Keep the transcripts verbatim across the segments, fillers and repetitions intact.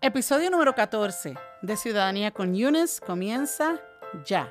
Episodio número catorce de Ciudadanía con Eunice comienza ya.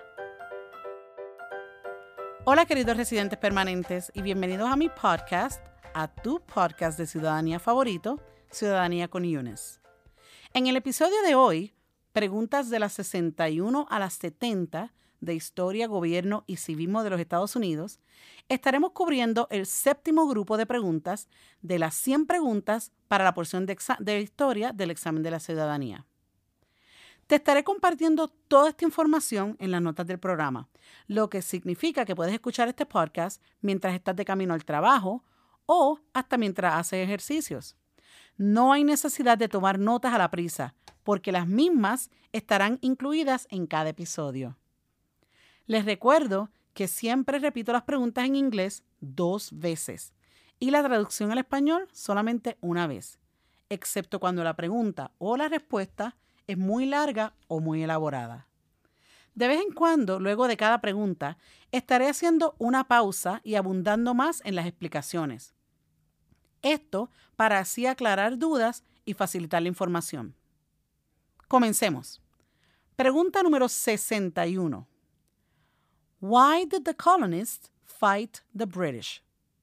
Hola queridos residentes permanentes y bienvenidos a mi podcast, a tu podcast de ciudadanía favorito, Ciudadanía con Eunice. En el episodio de hoy, preguntas de las sesenta y uno a las setenta de Historia, Gobierno y Civismo de los Estados Unidos, estaremos cubriendo el séptimo grupo de preguntas de las cien preguntas para la porción de, exa- de Historia del examen de la ciudadanía. Te estaré compartiendo toda esta información en las notas del programa, lo que significa que puedes escuchar este podcast mientras estás de camino al trabajo o hasta mientras haces ejercicios. No hay necesidad de tomar notas a la prisa, porque las mismas estarán incluidas en cada episodio. Les recuerdo que siempre repito las preguntas en inglés dos veces y la traducción al español solamente una vez, excepto cuando la pregunta o la respuesta es muy larga o muy elaborada. De vez en cuando, luego de cada pregunta, estaré haciendo una pausa y abundando más en las explicaciones. Esto para así aclarar dudas y facilitar la información. Comencemos. Pregunta número sesenta y uno. Why did the colonists fight the British?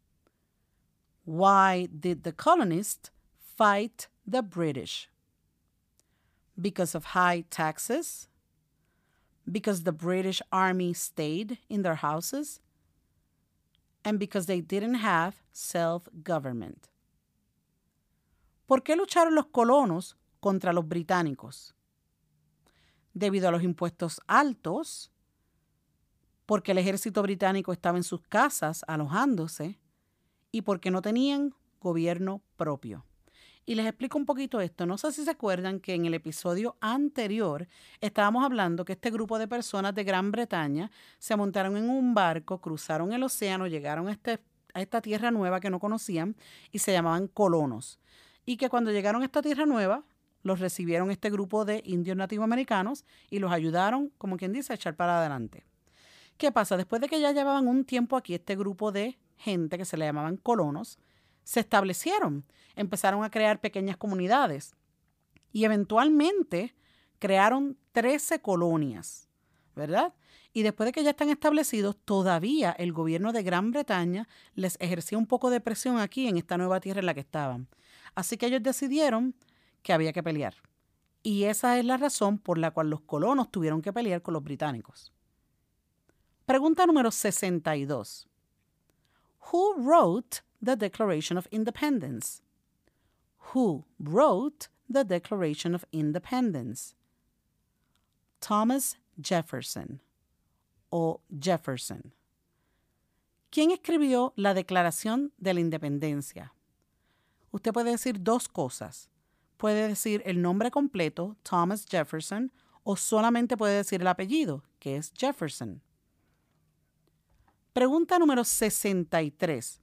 Why did the colonists fight the British? Because of high taxes? Because the British Army stayed in their houses? And because they didn't have self-government. ¿Por qué lucharon los colonos contra los británicos? Debido a los impuestos altos, porque el ejército británico estaba en sus casas alojándose y porque no tenían gobierno propio. Y les explico un poquito esto. No sé si se acuerdan que en el episodio anterior estábamos hablando que este grupo de personas de Gran Bretaña se montaron en un barco, cruzaron el océano, llegaron a, este, a esta tierra nueva que no conocían y se llamaban colonos. Y que cuando llegaron a esta tierra nueva, los recibieron este grupo de indios nativoamericanos y los ayudaron, como quien dice, a echar para adelante. ¿Qué pasa? Después de que ya llevaban un tiempo aquí, este grupo de gente que se le llamaban colonos, se establecieron, empezaron a crear pequeñas comunidades y eventualmente crearon trece colonias, ¿verdad? Y después de que ya están establecidos, todavía el gobierno de Gran Bretaña les ejercía un poco de presión aquí en esta nueva tierra en la que estaban. Así que ellos decidieron que había que pelear. Y esa es la razón por la cual los colonos tuvieron que pelear con los británicos. Pregunta número sesenta y dos. Who wrote the Declaration of Independence? Who wrote the Declaration of Independence? Thomas Jefferson o Jefferson. ¿Quién escribió la Declaración de la Independencia? Usted puede decir dos cosas. Puede decir el nombre completo, Thomas Jefferson, o solamente puede decir el apellido, que es Jefferson. Pregunta número sesenta y tres.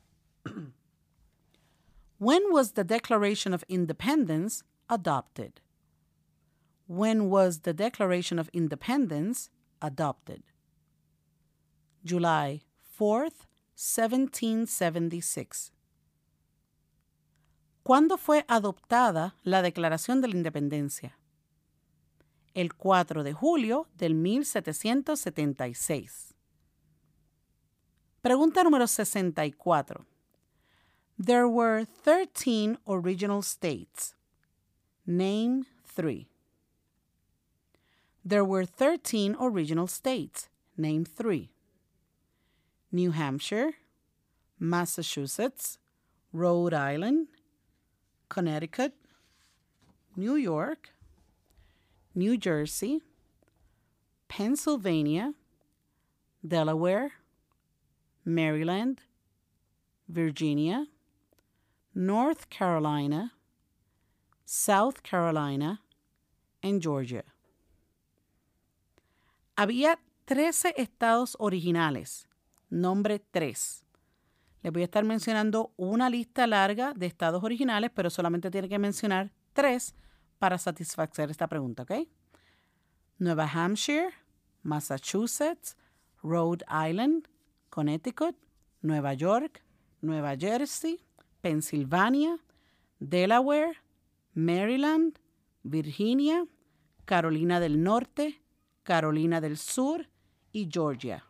When was the Declaration of Independence adopted? When was the Declaration of Independence adopted? July fourth, seventeen seventy-six. ¿Cuándo fue adoptada la Declaración de la Independencia? El cuatro de julio del mil setecientos setenta y seis. Pregunta número sesenta y cuatro. There were thirteen original states. Name three. There were thirteen original states. Name three. New Hampshire, Massachusetts, Rhode Island, Connecticut, New York, New Jersey, Pennsylvania, Delaware, Maryland, Virginia, North Carolina, South Carolina, and Georgia. Había trece estados originales. Nombre tres. Les voy a estar mencionando una lista larga de estados originales, pero solamente tiene que mencionar tres para satisfacer esta pregunta, ¿ok? Nueva Hampshire, Massachusetts, Rhode Island, Connecticut, Nueva York, Nueva Jersey, Pensilvania, Delaware, Maryland, Virginia, Carolina del Norte, Carolina del Sur y Georgia.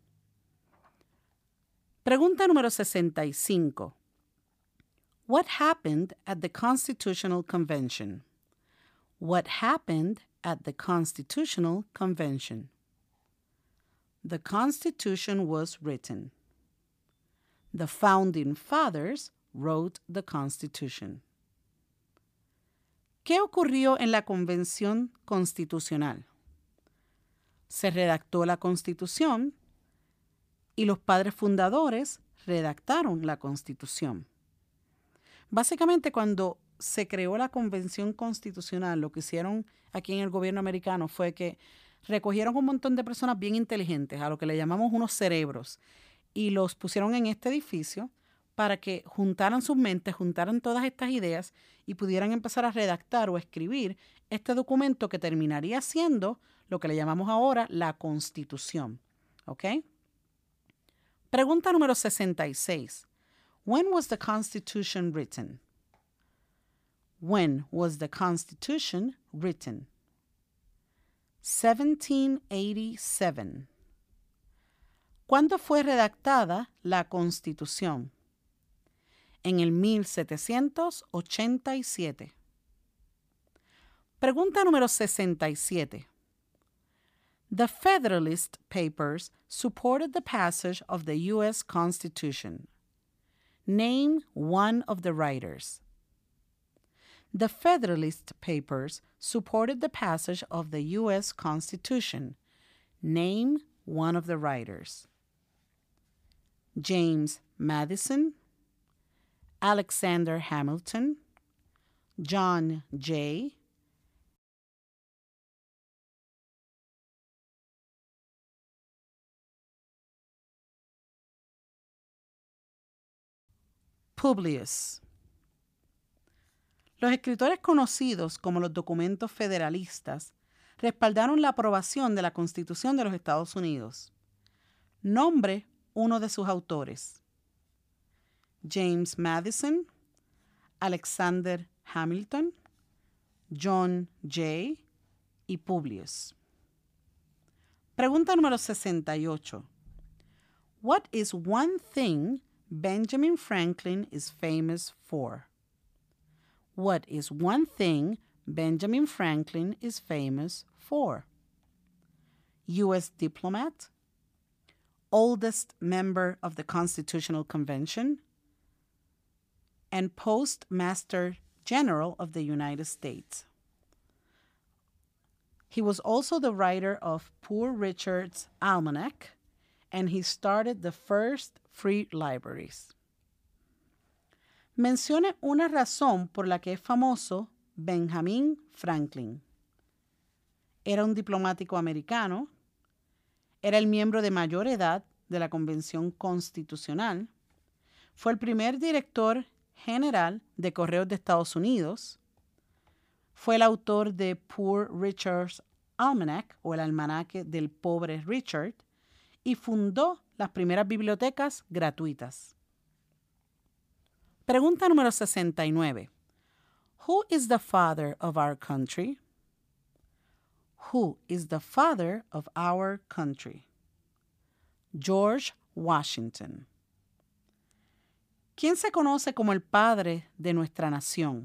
Pregunta número sesenta y cinco. What happened at the Constitutional Convention? What happened at the Constitutional Convention? The Constitution was written. The Founding Fathers wrote the Constitution. ¿Qué ocurrió en la Convención Constitucional? Se redactó la Constitución y los padres fundadores redactaron la Constitución. Básicamente, cuando se creó la Convención Constitucional, lo que hicieron aquí en el gobierno americano fue que recogieron un montón de personas bien inteligentes, a lo que le llamamos unos cerebros, y los pusieron en este edificio para que juntaran sus mentes, juntaran todas estas ideas y pudieran empezar a redactar o escribir este documento que terminaría siendo lo que le llamamos ahora la Constitución. ¿Ok? Pregunta número sesenta y seis. When was the Constitution written? When was the Constitution written? seventeen eighty-seven. ¿Cuándo fue redactada la Constitución? En el mil setecientos ochenta y siete. Pregunta número sesenta y siete. The Federalist Papers supported the passage of the U S Constitution. Name one of the writers. The Federalist Papers supported the passage of the U S Constitution. Name one of the writers. James Madison, Alexander Hamilton, John Jay, Publius. Los escritores conocidos como los documentos federalistas respaldaron la aprobación de la Constitución de los Estados Unidos. Nombre uno de sus autores. James Madison, Alexander Hamilton, John Jay y Publius. Pregunta número sesenta y ocho. What is one thing Benjamin Franklin is famous for? What is one thing Benjamin Franklin is famous for? U S diplomat, oldest member of the Constitutional Convention, and Postmaster General of the United States. He was also the writer of Poor Richard's Almanac, and he started the first free libraries. Mencione una razón por la que es famoso Benjamin Franklin. Era un diplomático americano, era el miembro de mayor edad de la Convención Constitucional, fue el primer director general de Correos de Estados Unidos, fue el autor de Poor Richard's Almanac, o el almanaque del pobre Richard, y fundó las primeras bibliotecas gratuitas. Pregunta número sesenta y nueve. Who is the father of our country? Who is the father of our country? George Washington. ¿Quién se conoce como el padre de nuestra nación?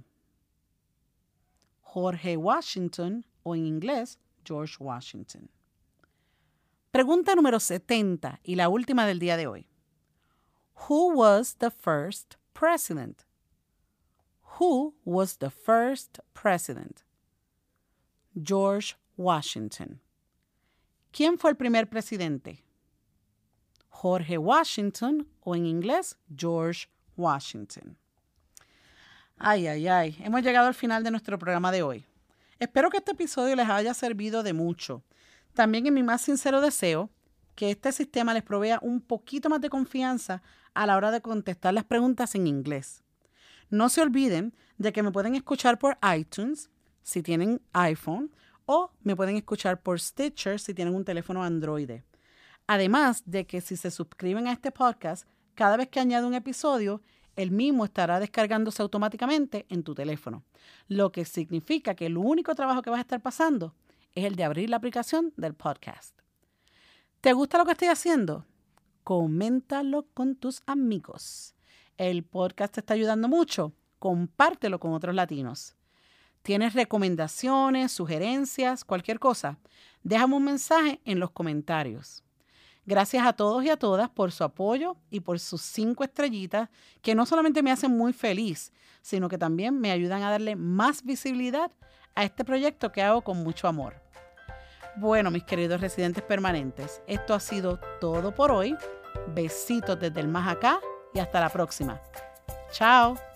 Jorge Washington, o en inglés, George Washington. Pregunta número setenta y la última del día de hoy. Who was the first president? Who was the first president? George Washington. ¿Quién fue el primer presidente? Jorge Washington, o en inglés, George Washington. Ay, ay, ay. Hemos llegado al final de nuestro programa de hoy. Espero que este episodio les haya servido de mucho. También es mi más sincero deseo que este sistema les provea un poquito más de confianza a la hora de contestar las preguntas en inglés. No se olviden de que me pueden escuchar por iTunes si tienen iPhone o me pueden escuchar por Stitcher si tienen un teléfono Android. Además de que si se suscriben a este podcast, cada vez que añado un episodio, el mismo estará descargándose automáticamente en tu teléfono, lo que significa que el único trabajo que vas a estar pasando es el de abrir la aplicación del podcast. ¿Te gusta lo que estoy haciendo? Coméntalo con tus amigos. El podcast te está ayudando mucho. Compártelo con otros latinos. ¿Tienes recomendaciones, sugerencias, cualquier cosa? Déjame un mensaje en los comentarios. Gracias a todos y a todas por su apoyo y por sus cinco estrellitas que no solamente me hacen muy feliz, sino que también me ayudan a darle más visibilidad a este proyecto que hago con mucho amor. Bueno, mis queridos residentes permanentes, esto ha sido todo por hoy. Besitos desde el más acá y hasta la próxima. Chao.